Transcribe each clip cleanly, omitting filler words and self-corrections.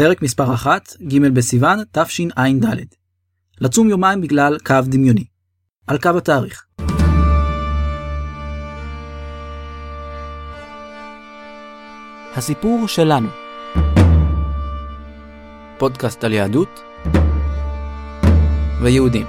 פרק מספר 1, ג' בסיוון, תשע"ד. לצום יומיים בגלל קו דמיוני. על קו התאריך. הסיפור שלנו. פודקאסט על יהדות ויהודים.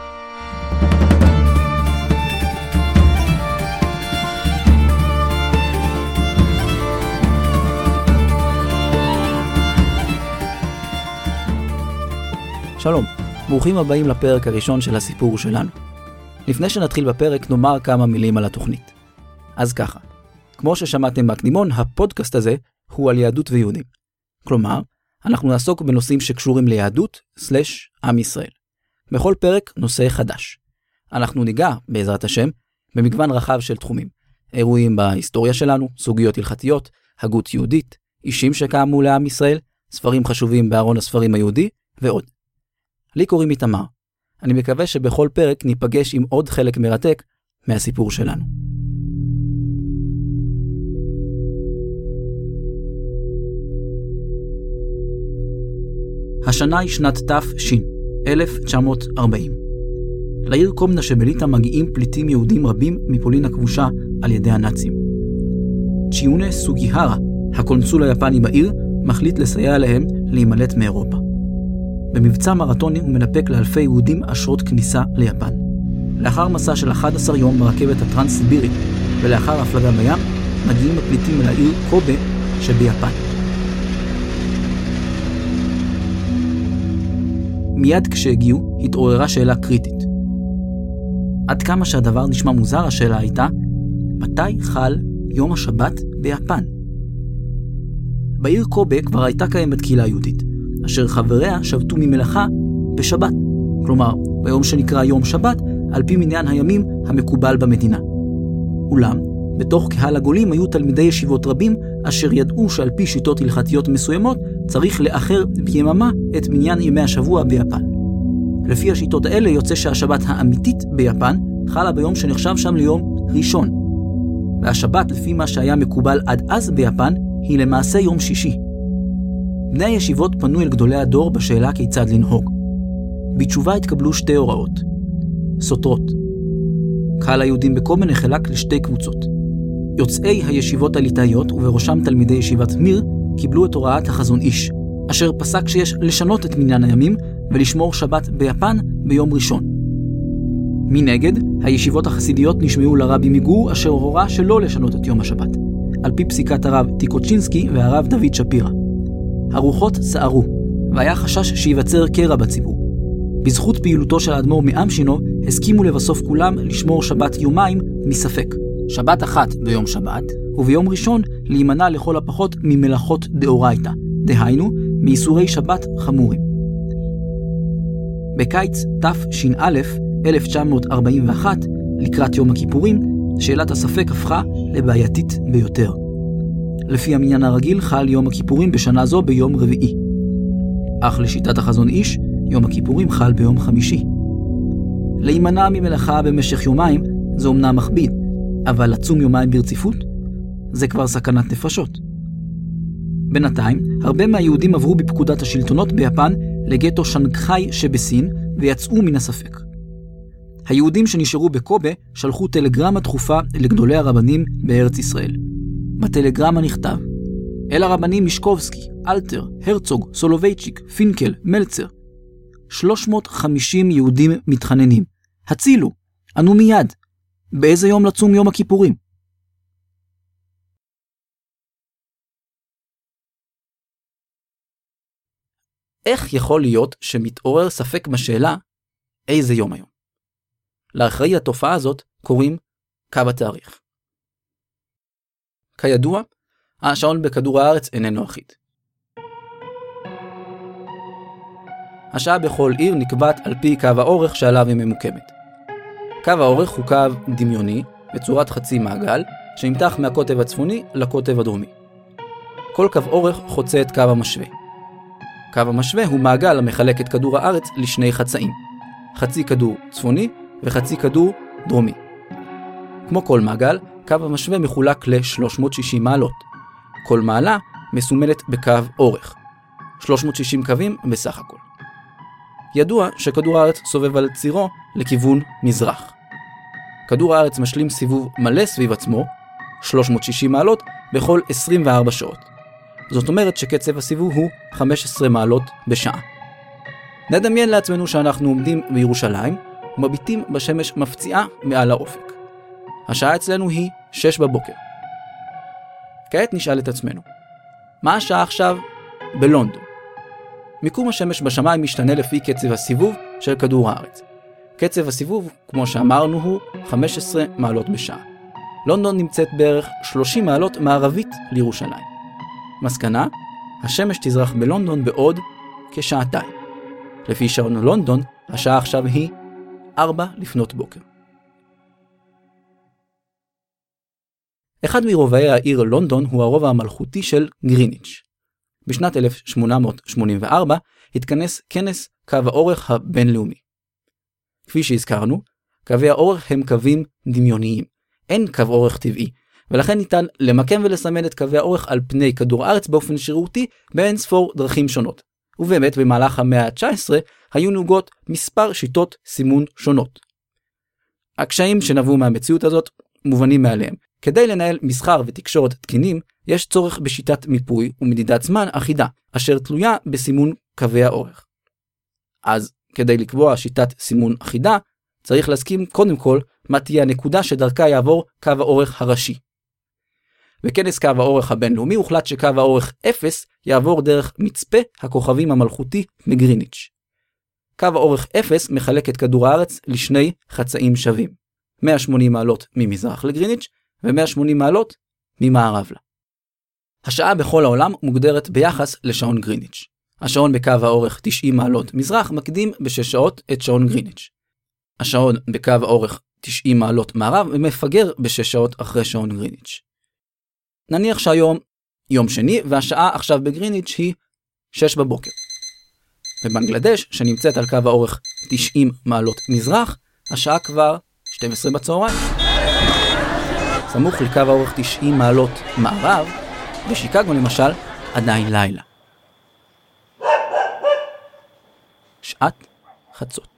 שלום, ברוכים הבאים לפרק הראשון של הסיפור שלנו. לפני שנתחיל בפרק נאמר כמה מילים על התוכנית. אז ככה, כמו ששמעתם בהקדימון, הפודקאסט הזה הוא על יהדות ויהודים. כלומר, אנחנו נעסוק בנושאים שקשורים ליהדות /עם ישראל. בכל פרק נושא חדש. אנחנו ניגע, בעזרת השם, במגוון רחב של תחומים. אירועים בהיסטוריה שלנו, סוגיות הלכתיות, הגות יהודית, אישים שקמו לעם ישראל, ספרים חשובים בארון הספרים היהודי, ועוד. לי קוראים איתמר. אני מקווה שבכל פרק ניפגש עם עוד חלק מרתק מהסיפור שלנו. השנה היא שנת תש, 1940. לעיר קומנה שבליטא מגיעים פליטים יהודים רבים מפולין הכבושה על ידי הנאצים. צ'יונה סוגיהרה, הקונסול היפני בעיר, מחליט לסייע להם להימלט מאירופה. במבצע מרתוני הוא מנפק לאלפי יהודים אשרות כניסה ליפן. לאחר מסע של 11 יום ברכבת הטרנס-סיבירית ולאחר הפלגה בים, מגיעים הפליטים אל העיר קובה שביפן. מיד כשהגיעו, התעוררה שאלה קריטית. עד כמה שהדבר נשמע מוזר, השאלה הייתה, מתי חל יום השבת ביפן? בעיר קובה כבר הייתה קיימת קהילה יהודית, אשר חבריה שבתו ממלאכה בשבת, כלומר ביום שנקרא יום שבת, על פי מניין הימים המקובל במדינה. אולם, בתוך קהל הגולים היו תלמידי ישיבות רבים, אשר ידעו שעל פי שיטות הלכתיות מסוימות, צריך לאחר ביממה את מניין ימי השבוע ביפן. לפי השיטות האלה יוצא שהשבת האמיתית ביפן חלה ביום שנחשב שם ליום ראשון. והשבת, לפי מה שהיה מקובל עד אז ביפן, היא למעשה יום שישי. בני הישיבות פנו אל גדולי הדור בשאלה כיצד לנהוג. בתשובה התקבלו שתי הוראות סותרות. קהל היהודים בקובה נחלק לשתי קבוצות. יוצאי הישיבות הליטאיות ובראשם תלמידי ישיבת מיר קיבלו את הוראת החזון איש, אשר פסק שיש לשנות את מניין הימים ולשמור שבת ביפן ביום ראשון. מנגד, הישיבות החסידיות נשמעו לרבי מגור, אשר הורה שלא לשנות את יום השבת, על פי פסיקת הרב טיקוצ'ינסקי והרב דוד שפירא. הרוחות סערו, והיה חשש שיווצר קרע בציבור. בזכות פעילותו של האדמו"ר מאמשינו, הסכימו לבסוף כולם לשמור שבת יומיים מספק. שבת אחת ביום שבת, וביום ראשון להימנע לכל הפחות ממלאכות דאורייתא, דהיינו, מאיסורי שבת חמורים. בקיץ תש"א, 1941, לקראת יום הכיפורים, שאלת הספק הפכה לבעייתית ביותר. לפי המניין הרגיל חל יום הכיפורים בשנה זו ביום רביעי. אך לשיטת החזון איש, יום הכיפורים חל ביום חמישי. להימנע ממלאכה במשך יומיים זה אומנם מכביד, אבל לצום יומיים ברציפות זה כבר סכנת נפשות. בינתיים, הרבה מהיהודים עברו בפקודת השלטונות ביפן לגטו שנגחאי שבסין ויצאו מן הספק. היהודים שנשארו בקובה שלחו טלגרמה דחופה לגדולי הרבנים בארץ ישראל. בטלגרמה נכתב: אל הרבנים מישקובסקי, אלתר, הרצוג, סולובייצ'יק, פינקל, מלצר. 350 יהודים מתחננים. הצילו, ענו מיד. באיזה יום לצום יום הכיפורים? איך יכול להיות שמתעורר ספק בשאלה איזה יום היום? לאחראי התופעה הזאת קוראים קו התאריך. כידוע, השעון בכדור הארץ איננו אחיד. השעה בכל עיר נקבעת על פי קו האורך שעליו היא ממוקמת. קו האורך הוא קו דמיוני בצורת חצי מעגל שנמתח מהקוטב הצפוני לקוטב הדרומי. כל קו אורך חוצה את קו המשווה. קו המשווה הוא מעגל המחלק את כדור הארץ לשני חצאים, חצי כדור צפוני וחצי כדור דרומי. כמו כל מעגל, קו המשווה מחולק ל-360 מעלות. כל מעלה מסומנת בקו אורך. 360 קווים בסך הכל. ידוע שכדור הארץ סובב על צירו לכיוון מזרח. כדור הארץ משלים סיבוב מלא סביב עצמו, 360 מעלות, בכל 24 שעות. זאת אומרת שקצב הסיבוב הוא 15 מעלות בשעה. נדמיין לעצמנו שאנחנו עומדים בירושלים ומביטים בשמש מפציעה מעל האופק. השעה אצלנו היא 6 בבוקר. כעת נשאל את עצמנו, מה השעה עכשיו בלונדון? מיקום השמש בשמיים משתנה לפי קצב הסיבוב של כדור הארץ. קצב הסיבוב, כמו שאמרנו, הוא 15 מעלות בשעה. לונדון נמצאת בערך 30 מעלות מערבית לירושלים. מסקנה, השמש תזרח בלונדון בעוד כשעתיים. לפי שעון לונדון, השעה עכשיו היא 4 לפנות בוקר. אחד מרובעי העיר לונדון הוא הרובע המלכותי של גריניץ'. בשנת 1884 התכנס כנס קו האורך הבינלאומי. כפי שהזכרנו, קווי האורך הם קווים דמיוניים. אין קו אורך טבעי, ולכן ניתן למקם ולסמן את קווי האורך על פני כדור הארץ באופן שרירותי באין ספור דרכים שונות. ובאמת במהלך המאה ה-19 היו נהוגות מספר שיטות סימון שונות. הקשיים שנבעו מהמציאות הזאת מובנים מעליהם. כדי לנהל מסחר ותקשורת תקינים, יש צורך בשיטת מיפוי ומדידת זמן אחידה, אשר תלויה בסימון קווי האורך. אז כדי לקבוע שיטת סימון אחידה, צריך להסכים קודם כל מה תהיה הנקודה שדרכה יעבור קו האורך הראשי. בכנס קו האורך הבינלאומי הוחלט שקו האורך 0 יעבור דרך מצפה הכוכבים המלכותי בגריניץ'. קו האורך 0 מחלק את כדור הארץ לשני חצאים שווים, 180 מעלות ממזרח לגריניץ' ו180 מעלות ממערב לה. השעה בכל העולם מוגדרת ביחס לשעון גריניץ'. השעון בקו האורך 90 מעלות מזרח מקדים ב6 שעות את שעון גריניץ'. השעון בקו האורך 90 מעלות מערב ומפגר ב6 שעות אחרי שעון גריניץ'. נניח שהיום יום שני והשעה עכשיו בגריניץ' היא 6 בבוקר. בבנגלדש, שנמצאת על קו האורך 90 מעלות מזרח, השעה כבר 12 בצהריים. סמוך לקו האורך 90 מעלות מערב, בשיקגו למשל, עדיין לילה. שעת חצות.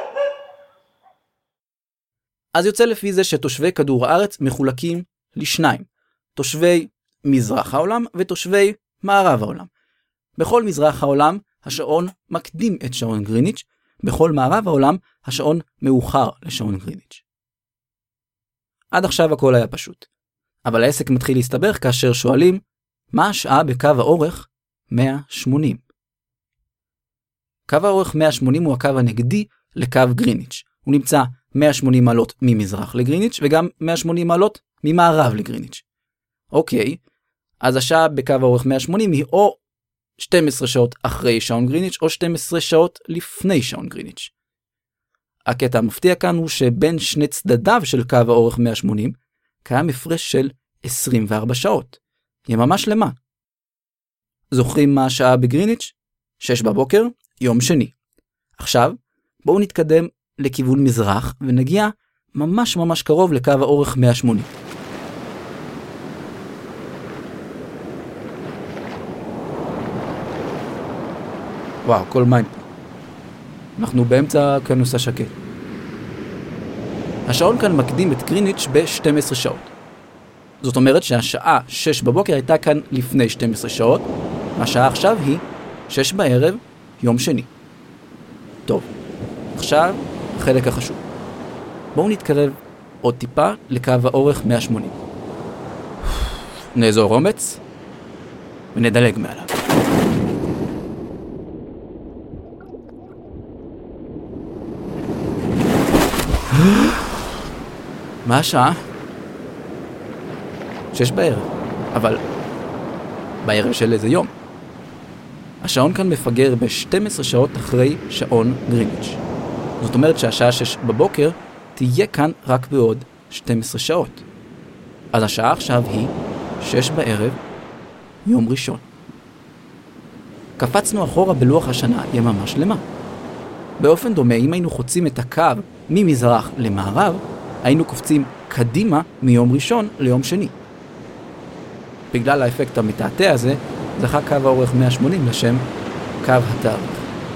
אז יוצא לפי זה שתושבי כדור הארץ מחולקים לשניים, תושבי מזרח העולם ותושבי מערב העולם. בכל מזרח העולם השעון מקדים את שעון גריניץ', בכל מערב העולם השעון מאוחר לשעון גריניץ'. עד עכשיו הכל היה פשוט, אבל העסק מתחיל להסתבך כאשר שואלים מה השעה בקו האורך 180. קו האורך 180 הוא הקו הנגדי לקו גריניץ'. הוא נמצא 180 מעלות ממזרח לגריניץ' וגם 180 מעלות ממערב לגריניץ'. אוקיי, אז השעה בקו האורך 180 היא או 12 שעות אחרי שעון גריניץ' או 12 שעות לפני שעון גריניץ'. הקטע המפתיע כאן הוא שבין שני צדדיו של קו האורך 180 קיים הפרש של 24 שעות. יממה שלמה. זוכרים מה השעה בגריניץ'? 6 בבוקר, יום שני. עכשיו, בואו נתקדם לכיוון מזרח ונגיע ממש קרוב לקו האורך 180. וואו, כל מים. אנחנו באמצע כנוס השקט. השעון כאן מקדים את גריניץ' ב-12 שעות. זאת אומרת שהשעה 6 בבוקר הייתה כאן לפני 12 שעות, השעה עכשיו היא 6 בערב, יום שני. טוב, עכשיו החלק החשוב. בואו נתקרב עוד טיפה לקו האורך 180. נאזור אומץ ונדלג מעליו. מה השעה? 6 בערב, אבל בערב של איזה יום. השעון כאן מפגר ב-12 שעות אחרי שעון גריניץ'. זאת אומרת שהשעה 6 בבוקר תהיה כאן רק בעוד 12 שעות. אז השעה עכשיו היא 6 בערב, יום ראשון. קפצנו אחורה בלוח השנה יממה שלמה. באופן דומה, אם היינו חוצים את הקו ממזרח למערב, היינו קופצים קדימה מיום ראשון ליום שני. בגלל האפקט המתעתע הזה, זכה קו האורך 180 לשם קו התאריך.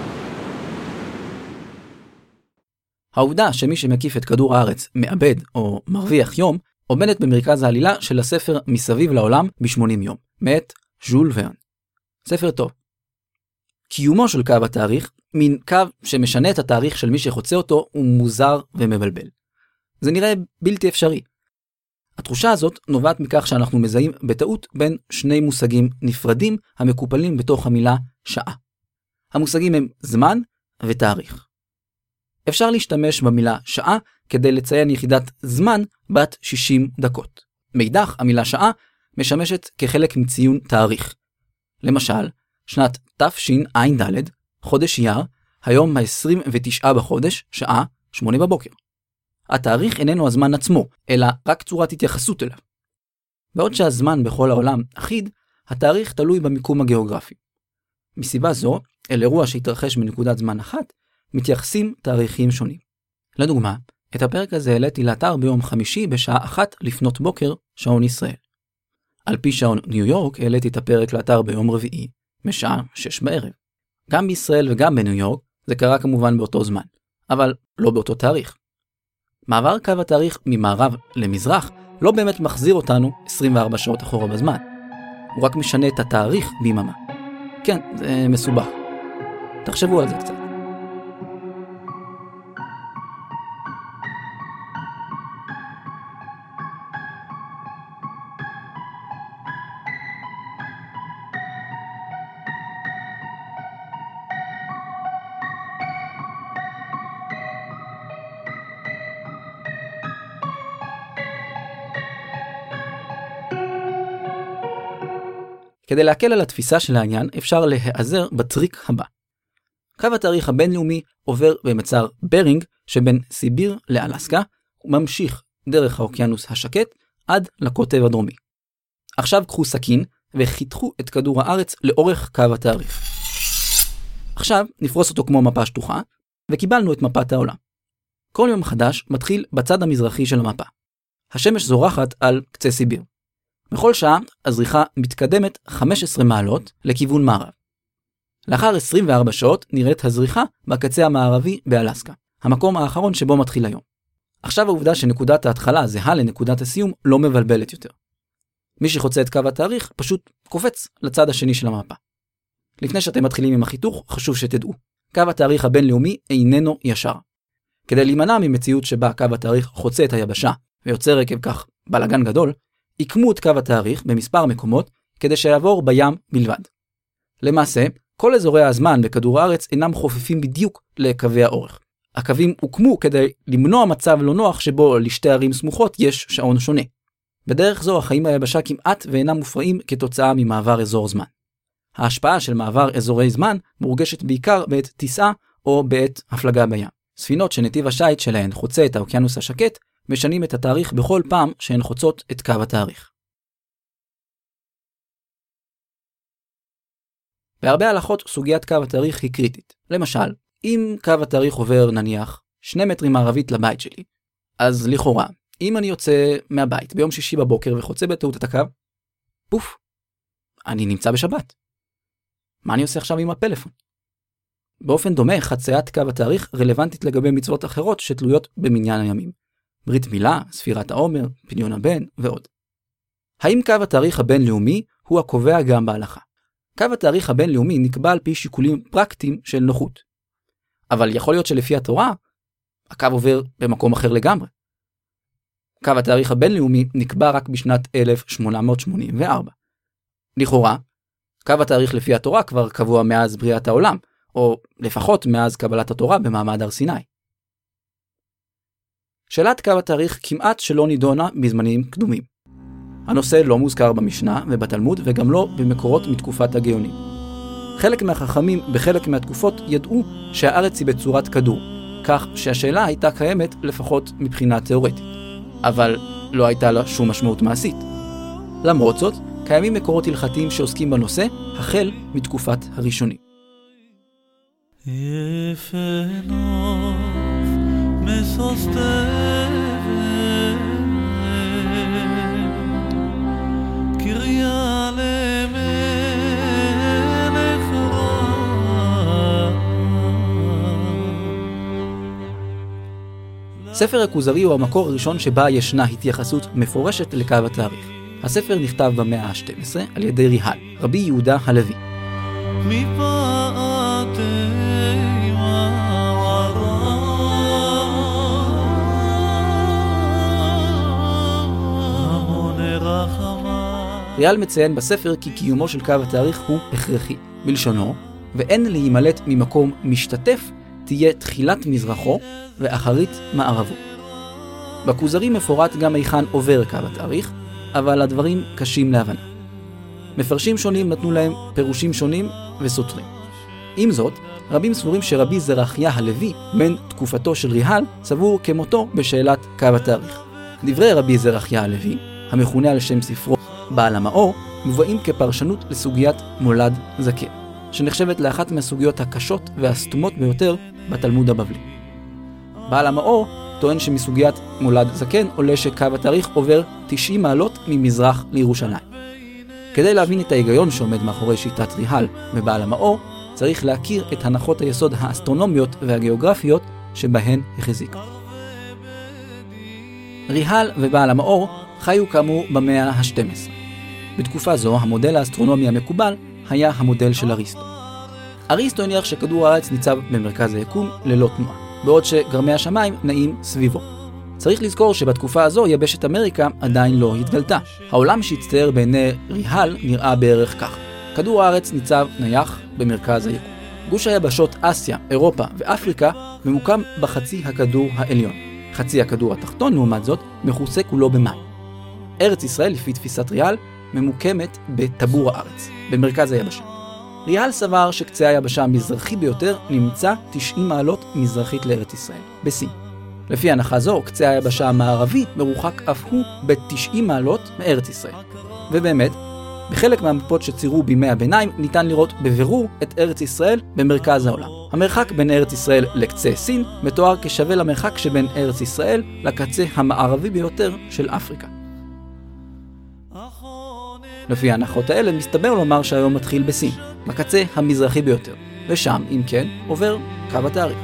העובדה שמי שמקיף את כדור הארץ מאבד או מרוויח יום, עומדת במרכז העלילה של הספר מסביב לעולם ב-80 יום, מאת ז'ול ורן. ספר טוב. קיומו של קו התאריך, מין קו שמשנה את התאריך של מי שחוצה אותו, הוא מוזר ומבלבל. זה נראה בלתי אפשרי. התחושה הזאת נובעת מכך שאנחנו מזהים בטעות בין שני מושגים נפרדים המקופלים בתוך המילה שעה. המושגים הם זמן ותאריך. אפשר להשתמש במילה שעה כדי לציין יחידת זמן בת 60 דקות. מאידך, המילה שעה משמשת כחלק מציון תאריך. למשל, שנת תשע"ד, חודש אייר, היום ה-29 בחודש, שעה 8 בבוקר. התאריך איננו הזמן עצמו, אלא רק צורת התייחסות אליו. בעוד שהזמן בכל העולם אחיד, התאריך תלוי במיקום הגיאוגרפי. מסיבה זו, אל אירוע שהתרחש בנקודת זמן אחת, מתייחסים תאריכים שונים. לדוגמה, את הפרק הזה העליתי לאתר ביום חמישי בשעה 1 לפנות בוקר, שעון ישראל. על פי שעון ניו יורק העליתי את הפרק לאתר ביום רביעי, משעה 6 בערב. גם בישראל וגם בניו יורק זה קרה כמובן באותו זמן, אבל לא באותו תאריך. מעבר קו התאריך ממערב למזרח לא באמת מחזיר אותנו 24 שעות אחורה בזמן. הוא רק משנה את התאריך ביממה. כן, זה מסובך. תחשבו על זה קצת. כדי להקל על התפיסה של העניין, אפשר להיעזר בטריק הבא. קו התאריך הבינלאומי עובר במצר ברינג שבין סיביר לאלסקה, וממשיך דרך האוקיינוס השקט עד לקוטב הדרומי. עכשיו קחו סכין וחיתכו את כדור הארץ לאורך קו התאריך. עכשיו נפרוס אותו כמו מפה שטוחה, וקיבלנו את מפת העולם. כל יום חדש מתחיל בצד המזרחי של המפה. השמש זורחת על קצה סיביר. בכל שעה הזריחה מתקדמת 15 מעלות לכיוון מערב. לאחר 24 שעות נראית הזריחה בקצה המערבי באלסקה, המקום האחרון שבו מתחיל היום. עכשיו העובדה שנקודת ההתחלה זהה לנקודת הסיום לא מבלבלת יותר. מי שחוצה את קו התאריך פשוט קופץ לצד השני של המפה. לפני שאתם מתחילים עם החיתוך, חשוב שתדעו. קו התאריך הבינלאומי איננו ישר. כדי להימנע ממציאות שבה קו התאריך חוצה את היבשה ויוצר עקב כך בלגן גדול, יקמו את קו התאריך במספר מקומות כדי שיעבור בים בלבד. למעשה, כל אזורי הזמן בכדור הארץ אינם חופפים בדיוק לקווי האורך. הקווים הוקמו כדי למנוע מצב לא נוח שבו לשתי ערים סמוכות יש שעון שונה. בדרך זו החיים ביבשה כמעט ואינם מופרעים כתוצאה ממעבר אזור זמן. ההשפעה של מעבר אזורי זמן מורגשת בעיקר בעת טיסה או בעת הפלגה בים. ספינות שנתיב השיט שלהן חוצה את האוקיינוס השקט משנים את התאריך בכל פעם שהן חוצות את קו התאריך. בהרבה הלכות סוגיית קו התאריך היא קריטית. למשל, אם קו התאריך עובר נניח 2 מטרים מערבית לבית שלי, אז לכאורה, אם אני יוצא מהבית ביום שישי בבוקר וחוצה בטעות את הקו, פוף, אני נמצא בשבת. מה אני עושה עכשיו עם הפלאפון? באופן דומה, חציית קו התאריך רלוונטית לגבי מצוות אחרות שתלויות במניין הימים. ברית מילה, ספירת העומר, פדיון הבן ועוד. האם קו התאריך הבינלאומי הוא הקובע גם בהלכה? קו התאריך הבינלאומי נקבע על פי שיקולים פרקטיים של נוחות. אבל יכול להיות שלפי התורה, הקו עובר במקום אחר לגמרי. קו התאריך הבינלאומי נקבע רק בשנת 1884. לכאורה, קו התאריך לפי התורה כבר קבוע מאז בריאת העולם, או לפחות מאז קבלת התורה במעמד הר סיני. שאלת קו התאריך כמעט שלא נידונה בזמנים קדומים. הנושא לא מוזכר במשנה ובתלמוד וגם לא במקורות מתקופת הגאונים. חלק מהחכמים בחלק מהתקופות ידעו שהארץ היא בצורת כדור, כך שהשאלה הייתה קיימת לפחות מבחינה תיאורטית, אבל לא הייתה לה שום משמעות מעשית. למרות זאת, קיימים מקורות הלכתיים שעוסקים בנושא החל מתקופת הראשונים. קריה למלך רב ספר הכוזרי הוא המקור הראשון שבה ישנה התייחסות מפורשת לקו התאריך. הספר נכתב במאה ה-12 על ידי ריהל, רבי יהודה הלוי. ריהל מציין בספר כי קיומו של קו התאריך הוא הכרחי, בלשונו, ואין להימלט ממקום משתתף תהיה תחילת מזרחו ואחרית מערבו. בכוזרי מפורט גם היכן עובר קו התאריך, אבל הדברים קשים להבנה. מפרשים שונים נתנו להם פירושים שונים וסותרים. עם זאת, רבים סבורים שרבי זרחיה הלוי, בן תקופתו של ריהל, סבור כמותו בשאלת קו התאריך. דברי רבי זרחיה הלוי, המכונה על שם ספרו בעל המאור, מובאים כפרשנות לסוגיית מולד זקן, שנחשבת לאחת מהסוגיות הקשות והסתומות ביותר בתלמוד הבבלי. בעל המאור טוען שמסוגיית מולד זקן עולה שקו התאריך עובר 90 מעלות ממזרח לירושלים. כדי להבין את ההיגיון שעומד מאחורי שיטת ריהל ובעל המאור, צריך להכיר את הנחות היסוד האסטרונומיות והגיאוגרפיות שבהן החזיק. ריהל ובעל המאור חיו כאמור במאה ה-12. בתקופה זו המודל האסטרונומי המקובל היה המודל של אריסטו. אריסטו הניח שכדור הארץ ניצב במרכז היקום ללא תנועה, בעוד שגרמי השמיים נעים סביבו. צריך לזכור שבתקופה הזו יבשת אמריקה עדיין לא התגלתה. העולם שהצטייר בעיני ריהל נראה בערך כך. כדור הארץ ניצב נייח במרכז היקום. גוש היבשות אסיה, אירופה ואפריקה ממוקם בחצי הכדור העליון. חצי הכדור התחתון, לעומת זאת, מכוסה כולו במים. ארץ ישראל, לפי תפיסת ריהל, ממוקמת בטבור הארץ, במרכז היבשה. ריהל סבר שקצה היבשה המזרחי ביותר נמצא 90 מעלות מזרחית לארץ ישראל, בסין. לפי הנחה זו, קצה היבשה המערבי מרוחק אף הוא ב-90 מעלות מארץ ישראל. ובאמת, בחלק מהמפות שצירו בימי הביניים ניתן לראות בבירור את ארץ ישראל במרכז העולם. המרחק בין ארץ ישראל לקצה סין מתואר כשווה למרחק שבין ארץ ישראל לקצה המערבי ביותר של אפריקה. לפי ההנחות האלה מסתבר לומר שהיום מתחיל בסין, בקצה המזרחי ביותר, ושם, אם כן, עובר קו התאריך.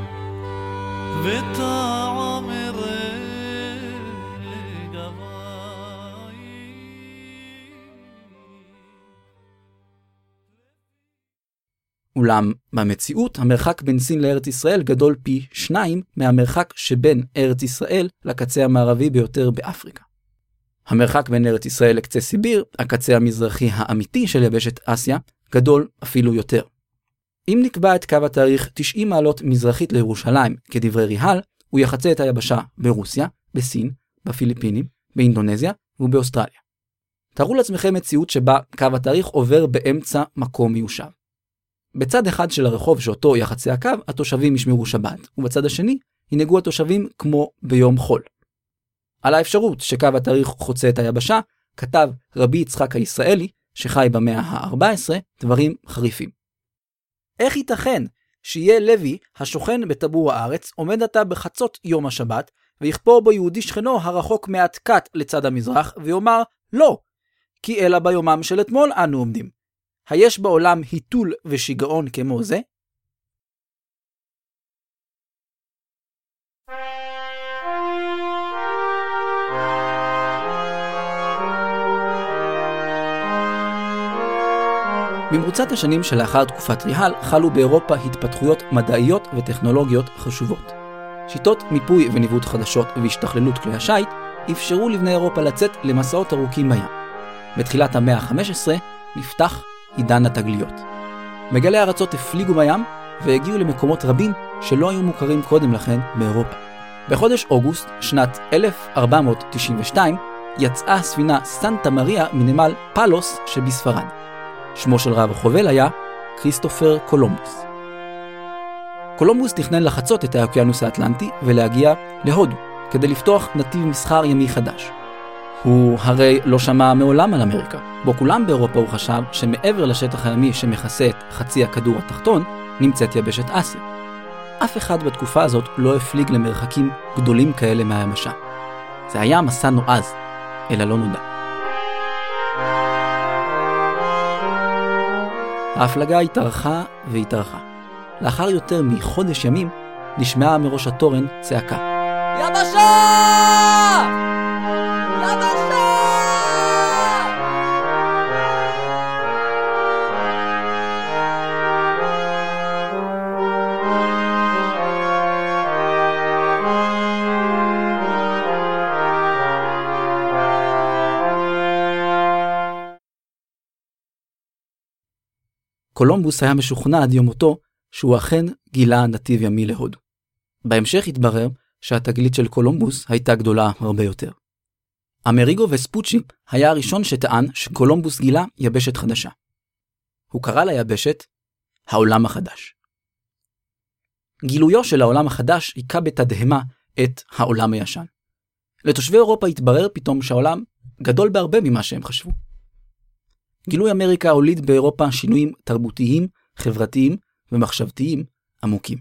אולם במציאות המרחק בין סין לארץ ישראל גדול פי 2 מהמרחק שבין ארץ ישראל לקצה המערבי ביותר באפריקה. המרחק בין ארץ ישראל לקצה סיביר, הקצה המזרחי האמיתי של יבשת אסיה, גדול אפילו יותר. אם נקבע את קו התאריך 90 מעלות מזרחית לירושלים, כדברי ריהל, הוא יחצה את היבשה ברוסיה, בסין, בפיליפינים, באינדונזיה ובאוסטרליה. תארו לעצמכם מציאות שבה קו התאריך עובר באמצע מקום מיושב. בצד אחד של הרחוב שאותו יחצה הקו, התושבים ישמרו שבת, ובצד השני ינהגו התושבים כמו ביום חול. על האפשרות שקו התאריך חוצה את היבשה, כתב רבי יצחק הישראלי, שחי במאה ה-14, דברים חריפים. איך ייתכן שיהיה לוי השוכן בטבור הארץ, עומד עתה בחצות יום השבת, ויכפור בו יהודי שכנו הרחוק מעט קט לצד המזרח, ויאמר לא, כי אלא ביומם של אתמול אנו עומדים. היש בעולם היתול ושיגעון כמו זה? במרוצת השנים שלאחר תקופת ריהל חלו באירופה התפתחויות מדעיות וטכנולוגיות חשובות. שיטות מיפוי וניווט חדשות והשתכללות כלי השיט אפשרו לבני אירופה לצאת למסעות ארוכים בים. בתחילת המאה ה-15 נפתח עידן התגליות. מגלי ארצות הפליגו בים והגיעו למקומות רבים שלא היו מוכרים קודם לכן באירופה. בחודש אוגוסט שנת 1492 יצאה הספינה סנטה מריה מנמל פלוס שבספרד. שמו של רב החובל היה כריסטופר קולומבוס. קולומבוס תכנן לחצות את האוקיינוס האטלנטי ולהגיע להודו כדי לפתוח נתיב מסחר ימי חדש. הוא הרי לא שמע מעולם על אמריקה, בו כולם באירופה הוא חשב שמעבר לשטח הימי שמכסה את חצי הכדור התחתון נמצאת יבשת אסיה. אף אחד בתקופה הזאת לא הפליג למרחקים גדולים כאלה מהיבשה. זה היה מסע נועז, אלא לא נודע. ההפלגה התארכה והתארכה. לאחר יותר מחודש ימים נשמעה מראש התורן צעקה. יבשה! יבשה! קולומבוס היה משוכנע עד יום מותו שהוא אכן גילה נתיב ימי להודו. בהמשך התברר שהתגלית של קולומבוס הייתה גדולה הרבה יותר. אמריגו וספוצ'י היה הראשון שטען שקולומבוס גילה יבשת חדשה. הוא קרא ליבשת העולם החדש. גילויו של העולם החדש היכה בתדהמה את העולם הישן. לתושבי אירופה התברר פתאום שהעולם גדול בהרבה ממה שהם חשבו. גילוי אמריקה הוליד באירופה שינויים תרבותיים, חברתיים ומחשבתיים עמוקים.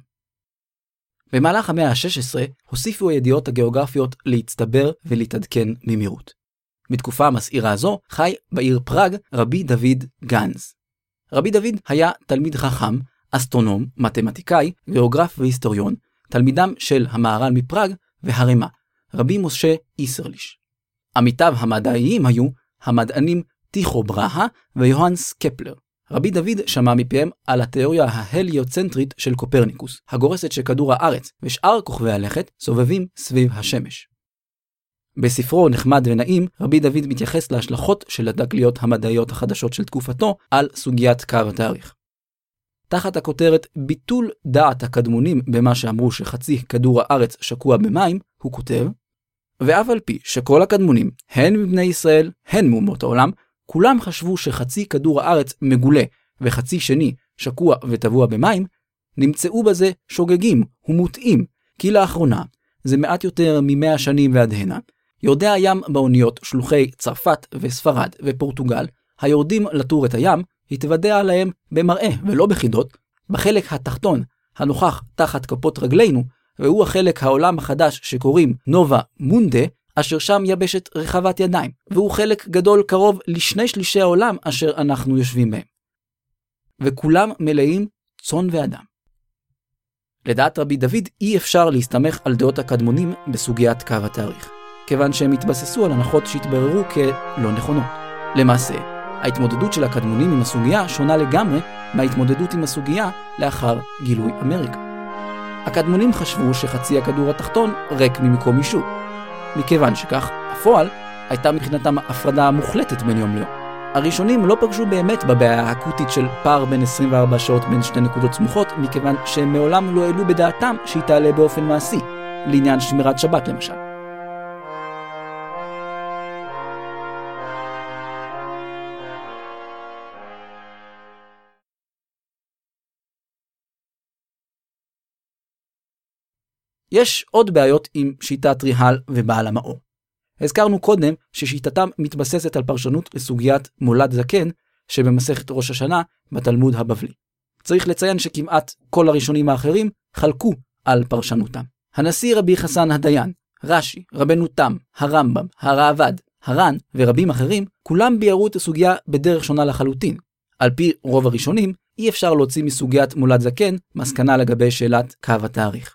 במהלך המאה ה-16 הוסיפו הידיעות הגיאוגרפיות להצטבר ולהתעדכן במהירות. בתקופה המסעירה הזו חי בעיר פראג רבי דוד גנז. רבי דוד היה תלמיד חכם, אסטרונום, מתמטיקאי, גיאוגרף והיסטוריון, תלמידם של המהר"ל מפראג והרמ"א, רבי משה איסרליש. עמיתיו המדעיים היו המדענים טיחו בראה ויוהנס קפלר. רבי דוד שמע מפיהם על התיאוריה ההליוצנטרית של קופרניקוס, הגורסת שכדור הארץ ושאר כוכבי הלכת סובבים סביב השמש. בספרו נחמד ונעים, רבי דוד מתייחס להשלכות של התגליות המדעיות החדשות של תקופתו על סוגיית קו התאריך. תחת הכותרת ביטול דעת הקדמונים במה שאמרו שחצי כדור הארץ שקוע במים, הוא כותב, ואף על פי שכל הקדמונים, הן מבני ישראל, הן מאומות העולם, כולם חשבו שחצי כדור הארץ מגולה וחצי שני שקוע וטבוע במים, נמצאו בזה שוגגים ומוטעים, כי לאחרונה, זה מעט יותר מ100 שנים ועד הנה, יורדי הים באוניות שלוחי צרפת וספרד ופורטוגל, היורדים לטור את הים, התוודע עליהם במראה ולא בחידות, בחלק התחתון הנוכח תחת כפות רגלינו, והוא החלק העולם החדש שקוראים נובה מונדה, אשר שם יבשת רחבת ידיים, והוא חלק גדול קרוב ל2/3 העולם אשר אנחנו יושבים בהם. וכולם מלאים צאן ואדם. לדעת רבי דוד אי אפשר להסתמך על דעות הקדמונים בסוגיית קו התאריך, כיוון שהם התבססו על הנחות שהתבררו כלא נכונות. למעשה, ההתמודדות של הקדמונים עם הסוגיה שונה לגמרי מההתמודדות עם הסוגיה לאחר גילוי אמריקה. הקדמונים חשבו שחצי הכדור התחתון ריק ממקום יישוב. מכיוון שכך, הפועל הייתה מבחינתם הפרדה מוחלטת בין יום ליום. הראשונים לא פגשו באמת בבעיה האקוטית של פער בין 24 שעות בין שתי נקודות סמוכות, מכיוון שהם מעולם לא העלו בדעתם שהיא תעלה באופן מעשי, לעניין שמירת שבת למשל. יש עוד בעיות עם שיטת ריהל ובעל המאור. הזכרנו קודם ששיטתם מתבססת על פרשנות לסוגיית מולד זקן שבמסכת ראש השנה בתלמוד הבבלי. צריך לציין שכמעט כל הראשונים האחרים חלקו על פרשנותם. הנשיא רבי חסן הדיין, רש"י, רבנו תם, הרמב"ם, הראב"ד, הר"ן ורבים אחרים, כולם ביארו את הסוגיה בדרך שונה לחלוטין. על פי רוב הראשונים, אי אפשר להוציא מסוגיית מולד זקן מסקנה לגבי שאלת קו התאריך.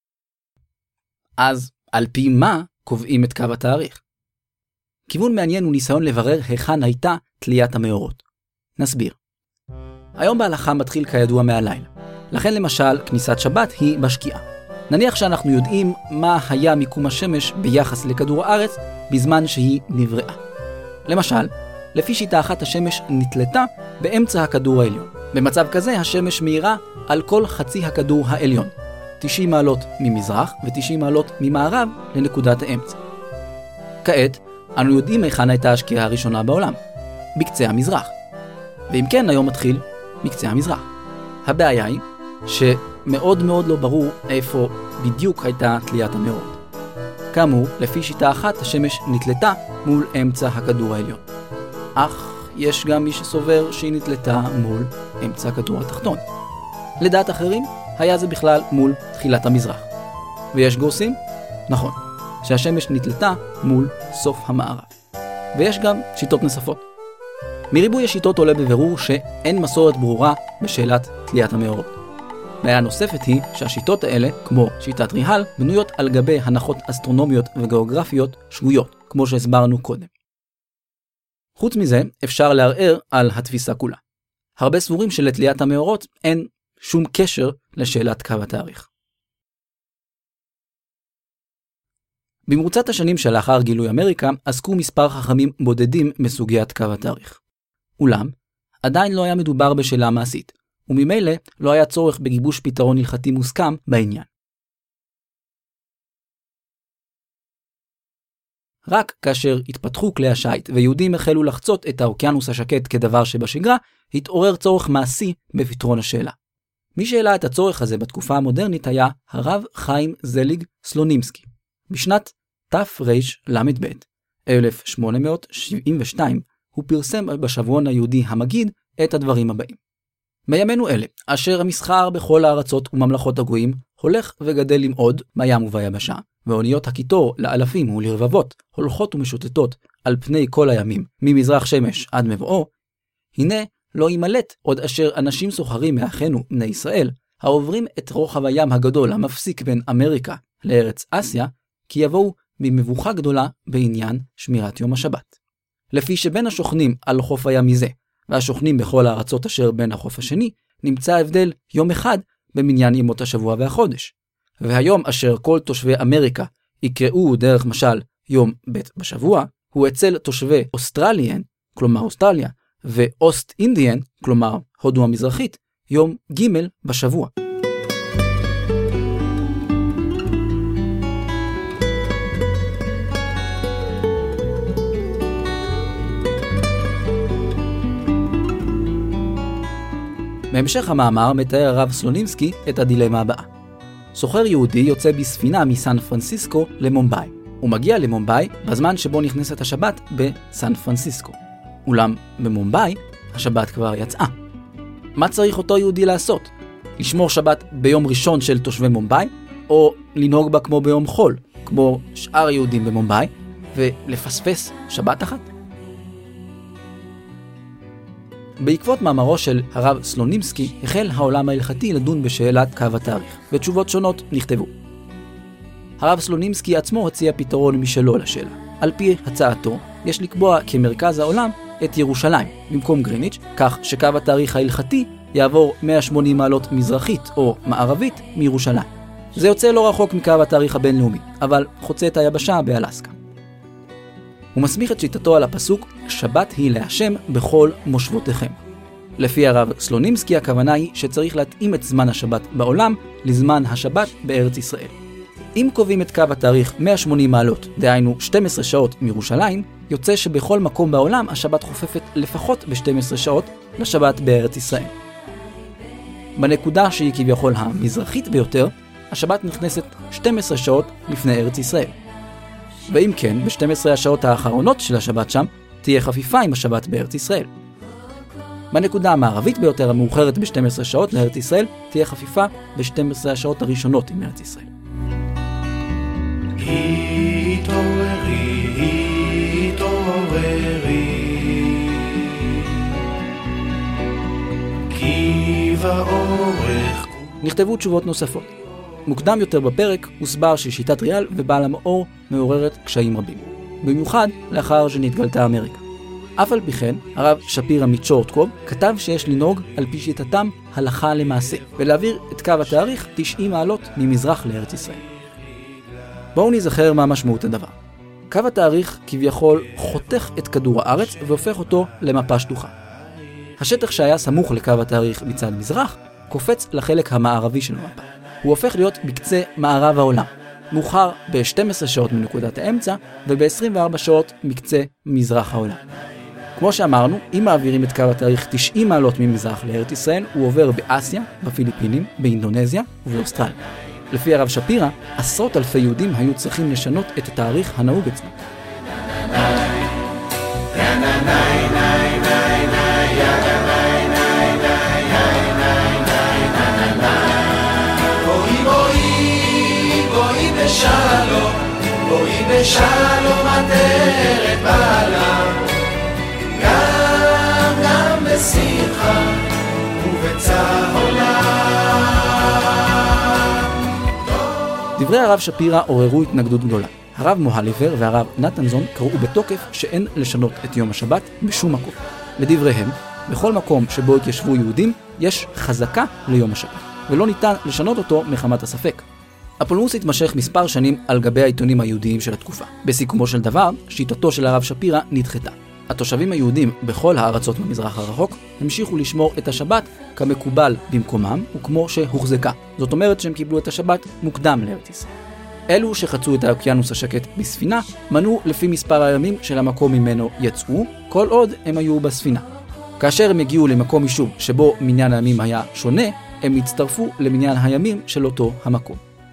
אז על פי מה קובעים את קו התאריך? כיוון מעניין הוא ניסיון לברר היכן הייתה תליית המאורות. נסביר. היום בהלכה מתחיל כידוע מהלילה. לכן למשל כניסת שבת היא בשקיעה. נניח שאנחנו יודעים מה היה מיקום השמש ביחס לכדור הארץ בזמן שהיא נבראה. למשל, לפי שיטה אחת השמש נתלתה באמצע הכדור העליון. במצב כזה השמש מאירה על כל חצי הכדור העליון. 90 מעלות ממזרח ו90 מעלות ממערב לנקודת האמצע. כעת, אנו יודעים היכן הייתה השקיעה הראשונה בעולם, בקצה המזרח. ואם כן, היום מתחיל מקצה המזרח. הבעיה היא שמאוד מאוד לא ברור איפה בדיוק הייתה תליית המאורות. כאמור, לפי שיטה אחת השמש נתלתה מול אמצע הכדור העליון. אך יש גם מי שסובר שהיא נתלתה מול אמצע הכדור התחתון. לדעת אחרים, היה זה בכלל מול תחילת המזרח. ויש גורסים? נכון, שהשמש נתלתה מול סוף המערב. ויש גם שיטות נוספות. מריבוי השיטות עולה בבירור שאין מסורת ברורה בשאלת תליית המאורות. בעיה נוספת היא שהשיטות האלה, כמו שיטת ריהל, בנויות על גבי הנחות אסטרונומיות וגיאוגרפיות שגויות, כמו שהסברנו קודם. חוץ מזה, אפשר לערער על התפיסה כולה. הרבה סבורים שלתליית המאורות אין שום קשר לשאלת קו התאריך. במרוצת השנים שלאחר גילוי אמריקה, עסקו מספר חכמים בודדים בסוגיית קו התאריך. אולם, עדיין לא היה מדובר בשאלה מעשית, וממילא לא היה צורך בגיבוש פתרון הלכתי מוסכם בעניין. רק כאשר התפתחו כלי השיט ויהודים החלו לחצות את האוקיינוס השקט כדבר שבשגרה, התעורר צורך מעשי בפתרון השאלה. מי שהעלה את הצורך הזה בתקופה המודרנית היה הרב חיים זליג סלונימסקי. בשנת תרל"ב, 1872, הוא פרסם בשבועון היהודי המגיד את הדברים הבאים. בימינו אלה, אשר המסחר בכל הארצות וממלכות הגויים הולך וגדל למעוד בים וביבשה, ואוניות הקיטור לאלפים ולרבבות הולכות ומשוטטות על פני כל הימים, ממזרח שמש עד מבואו, הנה לא ימלט עוד אשר אנשים סוחרים מאחינו בני ישראל, העוברים את רוחב הים הגדול המפסיק בין אמריקה לארץ אסיה, כי יבואו במבוכה גדולה בעניין שמירת יום השבת. לפי שבין השוכנים על חוף הים מזה, והשוכנים בכל הארצות אשר בין החוף השני, נמצא הבדל יום אחד במניין ימות השבוע והחודש. והיום אשר כל תושבי אמריקה יקראו דרך משל יום ב' בשבוע, הוא אצל תושבי אוסטרליאן, כלומר אוסטרליה, ואוסט אינדיאן, כלומר הודו המזרחית, יום ג' בשבוע. בהמשך המאמר מתאר הרב סלונימסקי את הדילמה הבאה. סוחר יהודי יוצא בספינה מסן פרנסיסקו למומביי. הוא מגיע למומביי בזמן שבו נכנסת השבת בסן פרנסיסקו. אולם במומביי השבת כבר יצאה. מה צריך אותו יהודי לעשות? לשמור שבת ביום ראשון של תושבי מומביי, או לנהוג בה כמו ביום חול, כמו שאר יהודים במומביי, ולפספס שבת אחת? בעקבות מאמרו של הרב סלונימסקי החל העולם ההלכתי לדון בשאלת קו התאריך, ותשובות שונות נכתבו. הרב סלונימסקי עצמו הציע פתרון משלו לשאלה. על פי הצעתו, יש לקבוע כמרכז העולם את ירושלים, במקום גריניץ', כך שקו התאריך ההלכתי יעבור 180 מעלות מזרחית או מערבית מירושלים. זה יוצא לא רחוק מקו התאריך הבינלאומי, אבל חוצה את היבשה באלסקה. הוא מסמיך את שיטתו על הפסוק, שבת היא להשם בכל מושבותיכם. לפי הרב סלונימסקי הכוונה היא שצריך להתאים את זמן השבת בעולם לזמן השבת בארץ ישראל. אם קובעים את קו התאריך 180 מעלות, דהיינו 12 שעות מירושלים, יוצא שבכל מקום בעולם השבת חופפת לפחות ב-12 שעות לשבת בארץ ישראל. בנקודה שהיא כביכול המזרחית ביותר, השבת נכנסת 12 שעות לפני ארץ ישראל. ואם כן, ב-12 השעות האחרונות של השבת שם, תהיה חפיפה עם השבת בארץ ישראל. בנקודה המערבית ביותר המאוחרת ב-12 שעות לארץ ישראל, תהיה חפיפה ב-12 השעות הראשונות עם ארץ ישראל. נכתבו תשובות נוספות. מוקדם יותר בפרק הוסבר ששיטת ריאל ובעל המאור מעוררת קשיים רבים, במיוחד לאחר שנתגלתה אמריקה. אף על פי כן, הרב שפירא מצ'ורטקוב כתב שיש לנהוג על פי שיטתם הלכה למעשה, ולהעביר את קו התאריך 90 מעלות ממזרח לארץ ישראל. בואו נזכר מה משמעות הדבר. קו התאריך כביכול חותך את כדור הארץ והופך אותו למפה שטוחה. השטח שהיה סמוך לקו התאריך מצד מזרח קופץ לחלק המערבי של המפה. הוא הופך להיות בקצה מערב העולם, מאוחר ב-12 שעות מנקודת האמצע וב-24 שעות מקצה מזרח העולם. כמו שאמרנו, אם מעבירים את קו התאריך 90 מעלות ממזרח לארץ ישראל, הוא עובר באסיה, בפיליפינים, באינדונזיה ובאוסטרליה. לפי הרב שפירא, עשרות אלפי יהודים היו צריכים לשנות את התאריך הנהוג אצלם. בואי בשלום עטרת בעלה, גם בשמחה ובצהלה. דברי הרב שפירא עוררו התנגדות גדולה. הרב מוהליבר והרב נתנזון קראו בתוקף שאין לשנות את יום השבת בשום מקום. לדבריהם, בכל מקום שבו התיישבו יהודים יש חזקה ליום השבת, ולא ניתן לשנות אותו מחמת הספק. הפולמוס התמשך מספר שנים על גבי העיתונים היהודיים של התקופה. בסיכומו של דבר, שיטתו של הרב שפירא נדחתה. התושבים היהודים בכל הארצות במזרח הרחוק המשיכו לשמור את השבת כמקובל במקומם וכמו שהוחזקה. זאת אומרת שהם קיבלו את השבת מוקדם לארץ ישראל. אלו שחצו את האוקיינוס השקט בספינה מנו לפי מספר הימים של המקום ממנו יצאו, כל עוד הם היו בספינה. כאשר הם הגיעו למקום יישוב שבו מניין הימים היה שונה, הם הצטרפו למניין הימים של אותו המקום.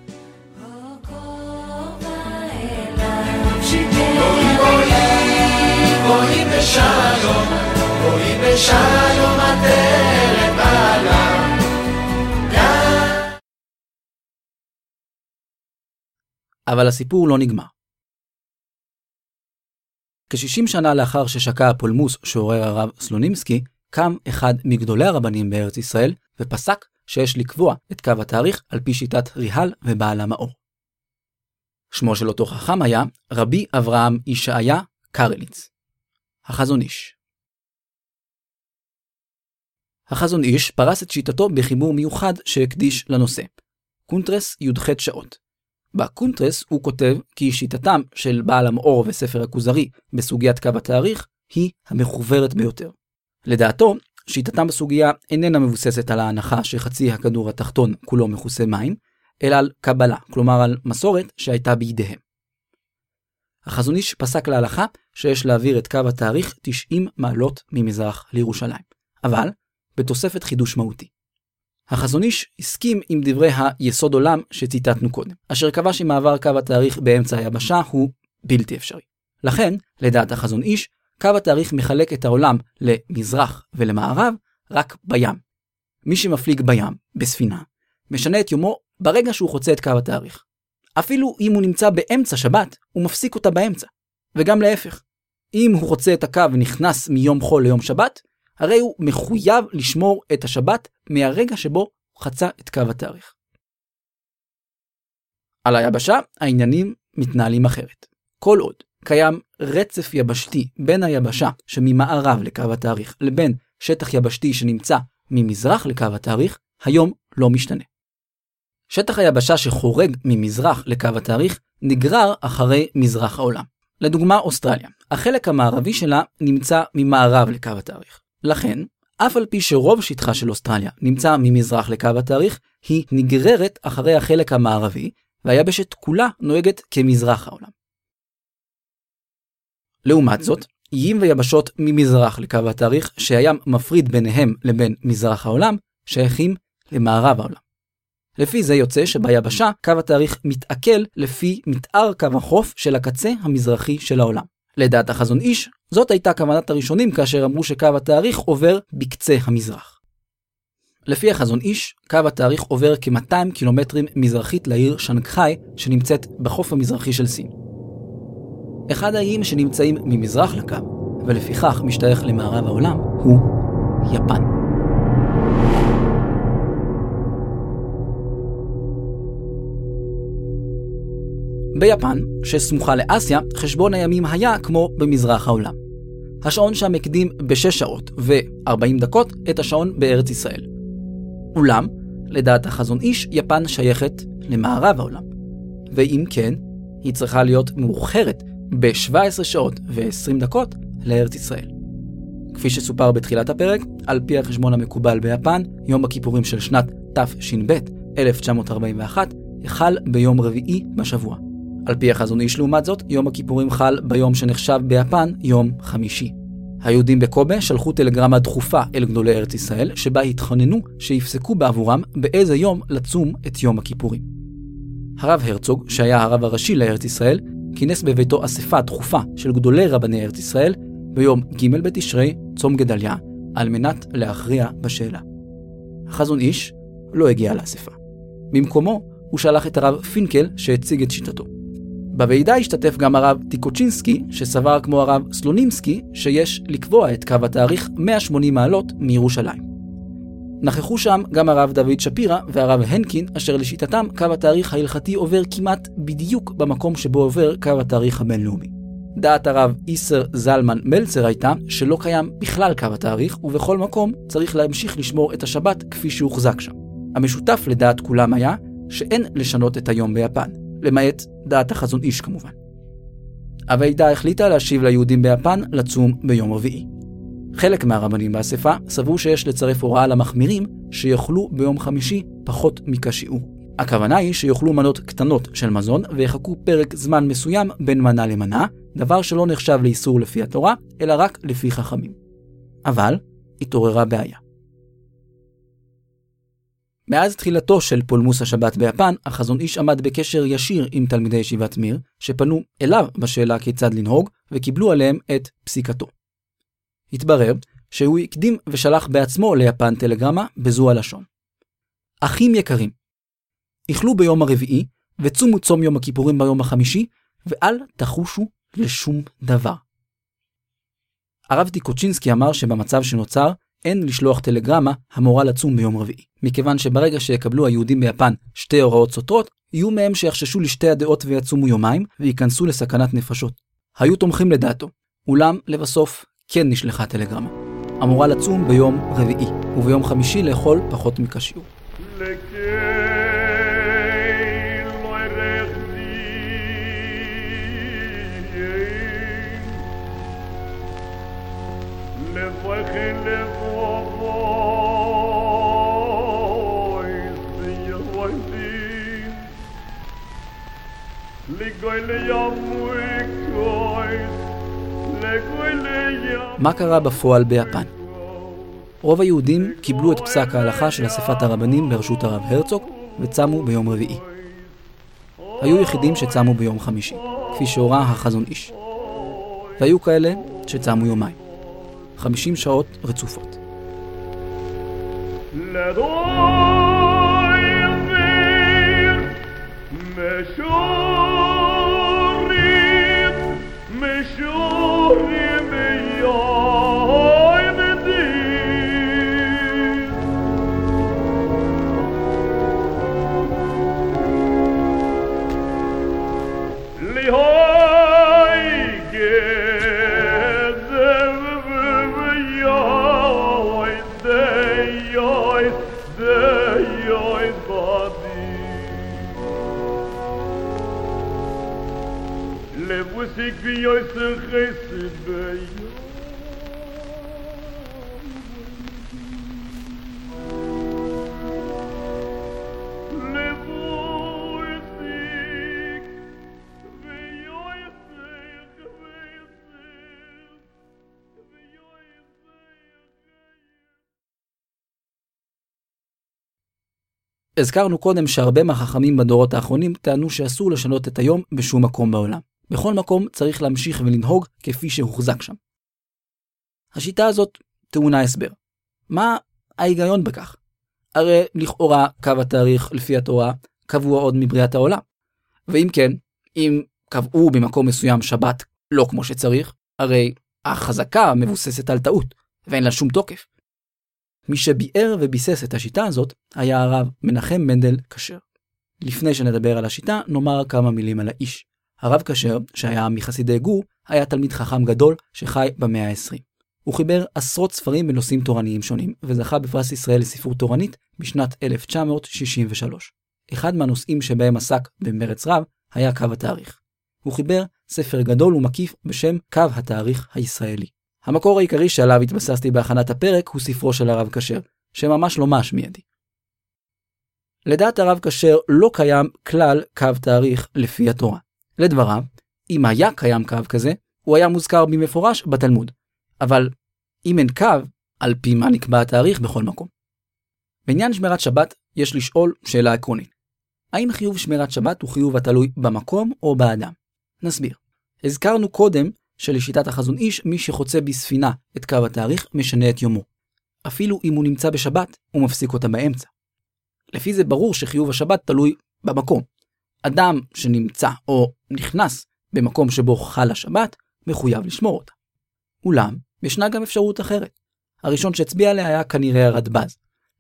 בואי בשלום, בואי בשלום עטרת בעלה. אבל הסיפור לא נגמר. כ-60 שנה לאחר ששקע הפולמוס שעורר הרב סלונימסקי, קם אחד מגדולי הרבנים בארץ ישראל ופסק שיש לקבוע את קו התאריך על פי שיטת ריהל ובעל המאור. שמו של אותו חכם היה רבי אברהם ישעיה קרליץ, החזון איש. החזון איש פרס את שיטתו בחיבור מיוחד שהקדיש לנושא, קונטרס י"ח שעות. בקונטרס הוא כותב כי שיטתם של בעל המאור וספר הכוזרי בסוגיית קו התאריך היא המחוברת ביותר. לדעתו, שיטתם בסוגיה איננה מבוססת על ההנחה שחצי הכדור התחתון כולו מכוסה מים, אלא על קבלה, כלומר על מסורת שהייתה בידיהם. החזון איש פסק להלכה שיש להעביר את קו התאריך 90 מעלות ממזרח לירושלים, אבל בתוספת חידוש מהותי. החזון איש הסכים עם דברי היסוד עולם שציטטנו קודם, אשר קבע שמעבר קו התאריך באמצע היבשה הוא בלתי אפשרי. לכן, לדעת החזון איש, קו התאריך מחלק את העולם למזרח ולמערב רק בים. מי שמפליג בים, בספינה, משנה את יומו ברגע שהוא חוצה את קו התאריך. אפילו אם הוא נמצא באמצע שבת, הוא מפסיק אותה באמצע. וגם להפך. אם הוא חוצה את הקו ונכנס מיום חול ליום שבת, הרי הוא מחויב לשמור את השבת מהרגע שבו הוא חצה את קו התאריך. על היבשה, העניינים מתנהלים אחרת. כל עוד קיים רצף יבשתי בין היבשה שממערב לקו התאריך לבין שטח יבשתי שנמצא ממזרח לקו התאריך, היום לא משתנה. שטח היבשה שחורג ממזרח לקו התאריך נגרר אחרי מזרח העולם. לדוגמה אוסטרליה, החלק המערבי שלה נמצא ממערב לקו התאריך. לכן, אף על פי שרוב שטחה של אוסטרליה נמצא ממזרח לקו התאריך, היא נגררת אחרי החלק המערבי, והיבשת כולה נוהגת כמזרח העולם. לעומת זאת, איים ויבשות ממזרח לקו התאריך, שהים מפריד ביניהם לבין מזרח העולם, שייכים למערב העולם. לפי זה יוצא שביבשה קו התאריך מתעכל לפי מתאר קו החוף של הקצה המזרחי של העולם. לדעת החזון איש, זאת הייתה כוונת הראשונים כאשר אמרו שקו התאריך עובר בקצה המזרח. לפי החזון איש, קו התאריך עובר כ-200 קילומטרים מזרחית לעיר שנגחאי שנמצאת בחוף המזרחי של סין. אחד האיים שנמצאים ממזרח לקו, ולפיכך משתייך למערב העולם, הוא יפן. ביפן, שסמוכה לאסיה, חשבון הימים היה כמו במזרח העולם. השעון שם הקדים ב6 שעות ו40 דקות את השעון בארץ ישראל. אולם, לדעת החזון איש, יפן שייכת למערב העולם. ואם כן, היא צריכה להיות מאוחרת ב17 שעות ו20 דקות לארץ ישראל. כפי שסופר בתחילת הפרק, על פי החשבון המקובל ביפן, יום הכיפורים של שנת תש"ב 1941 יחל ביום רביעי בשבוע. על פי החזון איש לעומת זאת, יום הכיפורים חל ביום שנחשב ביפן יום חמישי. היהודים בקובה שלחו טלגרמה דחופה אל גדולי ארץ ישראל, שבה התחננו שיפסקו בעבורם באיזה יום לצום את יום הכיפורים. הרב הרצוג, שהיה הרב הראשי לארץ ישראל, כינס בביתו אספה דחופה של גדולי רבני ארץ ישראל ביום ג' בתשרי, צום גדליה, על מנת להכריע בשאלה. החזון איש לא הגיע לאספה. במקומו הוא שלח את הרב פינקל שהציג את שיטתו. בוועידה השתתף גם הרב טיקוצ'ינסקי, שסבר כמו הרב סלונימסקי שיש לקבוע את קו התאריך 180 מעלות מירושלים. נכחו שם גם הרב דוד שפירא והרב הנקין, אשר לשיטתם קו התאריך ההלכתי עובר כמעט בדיוק במקום שבו עובר קו התאריך הבינלאומי. דעת הרב איסר זלמן מלצר הייתה שלא קיים בכלל קו התאריך, ובכל מקום צריך להמשיך לשמור את השבת כפי שהוחזק שם. המשותף לדעת כולם היה שאין לשנות את היום ביפן, למעט דעת החזון איש כמובן. הוועידה החליטה להשיב ליהודים ביפן לצום ביום רביעי. חלק מהרבנים באספה סברו שיש לצרף הוראה למחמירים שיאכלו ביום חמישי פחות מכשיעור. הכוונה היא שיאכלו מנות קטנות של מזון ויחכו פרק זמן מסוים בין מנה למנה, דבר שלא נחשב לאיסור לפי התורה, אלא רק לפי חכמים. אבל התעוררה בעיה. מאז תחילתו של פולמוס השבת ביפן, החזון איש עמד בקשר ישיר עם תלמידי ישיבת מיר, שפנו אליו בשאלה כיצד לנהוג, וקיבלו עליהם את פסיקתו. התברר שהוא הקדים ושלח בעצמו ליפן טלגרמה בזו הלשון: אחים יקרים, אכלו ביום הרביעי, וצומו צום יום הכיפורים ביום החמישי, ואל תחושו לשום דבר. הרב טיקוצ'ינסקי אמר שבמצב שנוצר, אין לשלוח טלגרמה המורה לצום ביום רביעי, מכיוון שברגע שיקבלו היהודים ביפן שתי הוראות סותרות, יהיו מהם שיחששו לשתי הדעות ויצומו יומיים, וייכנסו לסכנת נפשות. היו תומכים לדעתו, אולם לבסוף כן נשלחה טלגרמה. אמורה לצום ביום רביעי, וביום חמישי לאכול פחות מכשיעור. מה קרה בפועל ביפן? רוב היהודים קיבלו את פסק ההלכה של אספת הרבנים בראשות הרב הרצוג וצמו ביום רביעי. היו יחידים שצמו ביום חמישי, כפי שהורה החזון איש. והיו כאלה שצמו יומיים, 50 שעות רצופות. הזכרנו קודם שהרבה מהחכמים בדורות האחרונים טענו שאסור לשנות את היום בשום מקום בעולם. בכל מקום צריך להמשיך ולנהוג כפי שהוחזק שם. השיטה הזאת טעונה הסבר. מה ההיגיון בכך? הרי לכאורה קו התאריך לפי התורה קבוע עוד מבריאת העולם. ואם כן, אם קבעו במקום מסוים שבת לא כמו שצריך, הרי החזקה מבוססת על טעות ואין לה שום תוקף. מי שביאר וביסס את השיטה הזאת היה הרב מנחם מנדל כשר. לפני שנדבר על השיטה, נאמר כמה מילים על האיש. הרב כשר, שהיה מחסידי גור, היה תלמיד חכם גדול שחי במאה ה-20. הוא חיבר עשרות ספרים בנושאים תורניים שונים, וזכה בפרס ישראל לספרות תורנית בשנת 1963. אחד מהנושאים שבהם עסק במרץ רב היה קו התאריך. הוא חיבר ספר גדול ומקיף בשם קו התאריך הישראלי. המקור העיקרי שעליו התבססתי בהכנת הפרק הוא ספרו של הרב כשר, שממש לא משמיע ידי. לדעת הרב כשר לא קיים כלל קו תאריך לפי התורה. לדבריו, אם היה קיים קו כזה, הוא היה מוזכר במפורש בתלמוד. אבל אם אין קו, על פי מה נקבע התאריך בכל מקום. בעניין שמירת שבת יש לשאול שאלה עקרונית. האם חיוב שמירת שבת הוא חיוב התלוי במקום או באדם? נסביר. הזכרנו קודם שלשיטת החזון איש מי שחוצה בספינה את קו התאריך משנה את יומו. אפילו אם הוא נמצא בשבת, הוא מפסיק אותה באמצע. לפי זה ברור שחיוב השבת תלוי במקום. אדם שנמצא או נכנס במקום שבו חל השבת, מחויב לשמור אותה. אולם, ישנה גם אפשרות אחרת. הראשון שהצביע עליה היה כנראה הרדב"ז.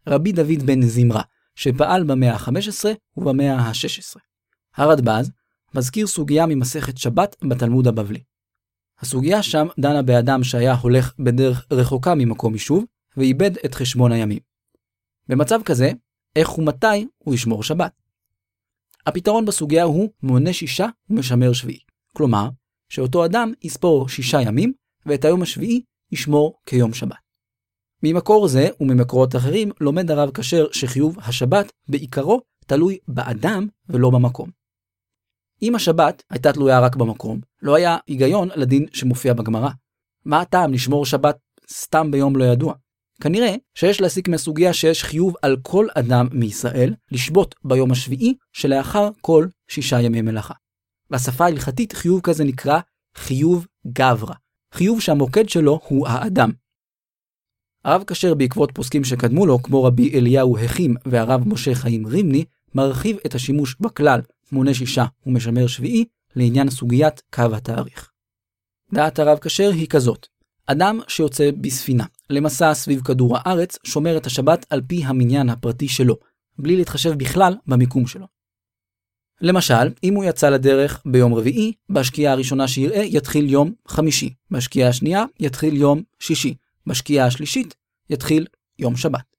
רבי דוד בן זמרה, שפעל במאה ה-15 ובמאה ה-16. הרדב"ז מזכיר סוגיה ממסכת שבת בתלמוד הבבלי. הסוגיה שם דנה באדם שהיה הולך בדרך רחוקה ממקום יישוב, ואיבד את חשבון הימים. במצב כזה, איך ומתי הוא ישמור שבת? הפתרון בסוגיה הוא מונה 6 ומשמר שביעי. כלומר, שאותו אדם יספור 6 ימים, ואת היום השביעי ישמור כיום שבת. ממקור זה וממקורות אחרים לומד הרב כשר שחיוב השבת בעיקרו תלוי באדם ולא במקום. אם השבת הייתה תלויה רק במקום, לא היה היגיון לדין שמופיע בגמרא. מה הטעם לשמור שבת סתם ביום לא ידוע? כנראה שיש להסיק מהסוגיה שיש חיוב על כל אדם מישראל לשבות ביום השביעי שלאחר כל 6 ימי מלאכה. בשפה ההלכתית חיוב כזה נקרא חיוב גברא, חיוב שהמוקד שלו הוא האדם. הרב כשר בעקבות פוסקים שקדמו לו, כמו רבי אליהו הכים והרב משה חיים רימני, מרחיב את השימוש בכלל מונה 6 ומשמר שביעי לעניין סוגיית קו התאריך. דעת הרב כשר היא כזאת: אדם שיוצא בספינה למסע סביב כדור הארץ שומר את השבת על פי המניין הפרטי שלו, בלי להתחשב בכלל במיקום שלו. למשל, אם הוא יצא לדרך ביום רביעי, בשקיעה הראשונה שיראה יתחיל יום חמישי, בשקיעה השנייה יתחיל יום שישי, בשקיעה השלישית יתחיל יום שבת.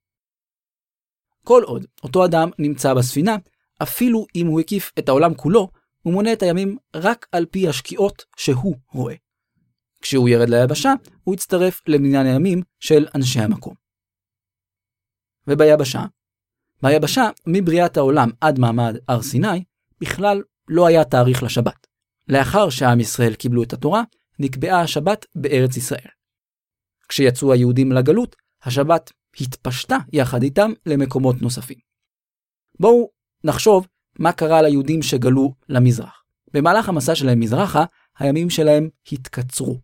כל עוד אותו אדם נמצא בספינה, אפילו אם הוא הקיף את העולם כולו, הוא מונה את הימים רק על פי השקיעות שהוא רואה. כשהוא ירד ליבשה, הוא יצטרף למניין הימים של אנשי המקום. וביבשה, מבריאת העולם עד מעמד הר סיני, בכלל לא היה תאריך לשבת. לאחר שעם ישראל קיבלו את התורה, נקבעה השבת בארץ ישראל. כשיצאו היהודים לגלות, השבת התפשטה יחד איתם למקומות נוספים. בואו נחשוב מה קרה ליהודים שגלו למזרח. במהלך המסע שלהם מזרחה, הימים שלהם התקצרו.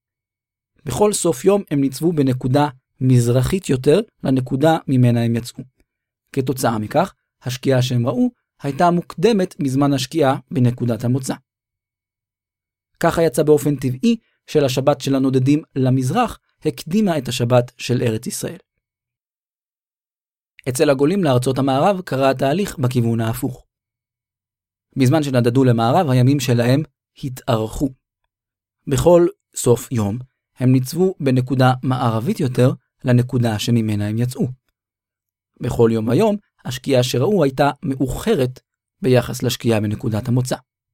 בכל סוף יום הם ניצבו בנקודה מזרחית יותר לנקודה ממנה הם יצאו. כתוצאה מכך, השקיעה שהם ראו הייתה מוקדמת מזמן השקיעה בנקודת המוצא. ככה יצא באופן טבעי של השבת של הנודדים למזרח הקדימה את השבת של ארץ ישראל. אצל הגולים לארצות המערב קרה התהליך בכיוון ההפוך. בזמן שנדדו למערב הימים שלהם התארכו. בכל סוף יום הם ניצבו בנקודה מערבית יותר לנקודה שממנה הם יצאו. בכל יום היום השקיעה שראו הייתה מאוחרת ביחס לשקיעה בנקודת המוצא.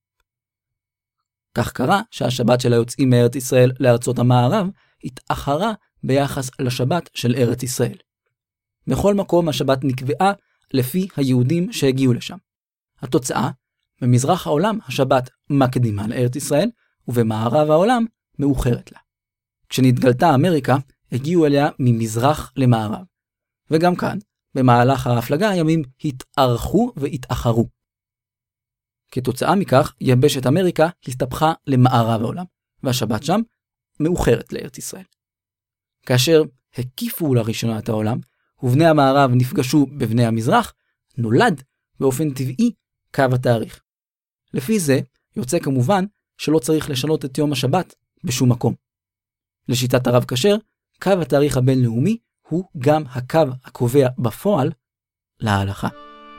כך קרה שהשבת של היוצאים מארץ ישראל לארצות המערב התאחרה ביחס לשבת של ארץ ישראל. בכל מקום השבת נקבעה לפי היהודים שהגיעו לשם. התוצאה, במזרח העולם השבת מקדימה לארץ ישראל, ובמערב העולם מאוחרת לה. כשנתגלתה אמריקה, הגיעו אליה ממזרח למערב. וגם כאן, במהלך ההפלגה הימים התארכו והתאחרו. כתוצאה מכך, יבשת אמריקה הסתפחה למערב העולם, והשבת שם מאוחרת לארץ ישראל. כאשר הקיפו לראשונה את העולם, ובני המערב נפגשו בבני המזרח, נולד באופן טבעי קו התאריך. לפי זה יוצא כמובן שלא צריך לשנות את יום השבת בשום מקום. לשיטת הרב כשר, קו התאריך הבינלאומי הוא גם הקו הקובע בפועל להלכה.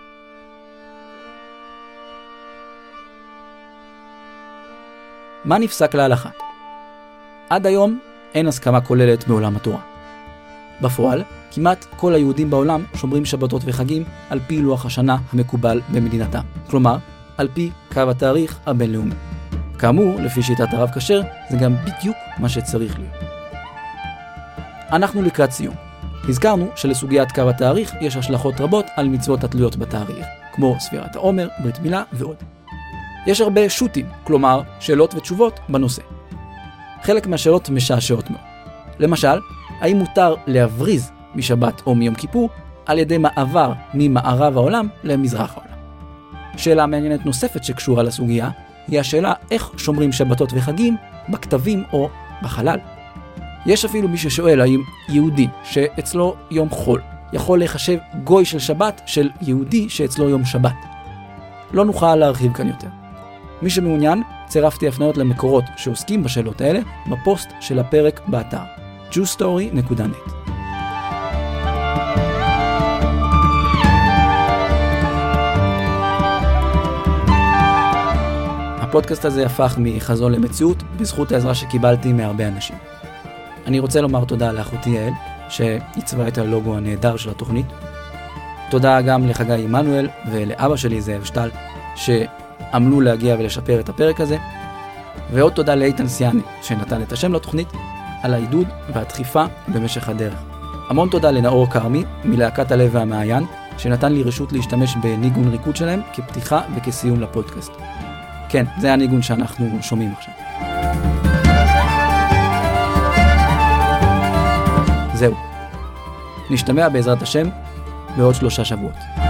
מה נפסק להלכה? עד היום אין הסכמה כוללת בעולם התורה. בפועל, כמעט כל היהודים בעולם שומרים שבתות וחגים על פי לוח השנה המקובל במדינתם. כלומר, על פי קו התאריך הבינלאומי. כאמור, לפי שיטת הרב כשר, זה גם בדיוק מה שצריך להיות. אנחנו לקראת סיום. הזכרנו שלסוגיית קו התאריך יש השלכות רבות על מצוות התלויות בתאריך, כמו ספירת העומר, ברית מילה ועוד. יש הרבה שוטים, כלומר שאלות ותשובות בנושא. חלק מהשאלות משעשעות מאוד. למשל, האם מותר להבריז משבת או מיום כיפור על ידי מעבר ממערב העולם למזרח העולם? שאלה מעניינת נוספת שקשורה לסוגיה היא השאלה איך שומרים שבתות וחגים בכתבים או בחלל. יש אפילו מי ששואל האם יהודי שאצלו יום חול יכול לחשב גוי של שבת של יהודי שאצלו יום שבת. לא נוכל להרחיב כאן יותר. מי שמעוניין, צירפתי הפניות למקורות שעוסקים בשאלות האלה בפוסט של הפרק באתר jewstory.net. הפודקאסט הזה הפך מחזון למציאות בזכות העזרה שקיבלתי מהרבה אנשים. אני רוצה לומר תודה לאחותי יעל, שעיצבה את הלוגו הנהדר של התוכנית. תודה גם לחגי עמנואל ולאבא שלי זאב שטל, שעמלו להגיע ולשפר את הפרק הזה. ועוד תודה לאיתן סיאני, שנתן את השם לתוכנית, על העידוד והדחיפה במשך הדרך. המון תודה לנאור קרמי, מלהקת הלב והמעיין, שנתן לי רשות להשתמש בניגון ריקוד שלהם כפתיחה וכסיום לפודקאסט. כן, זה הניגון שאנחנו שומעים עכשיו. זהו. נשתמע בעזרת השם בעוד 3 שבועות.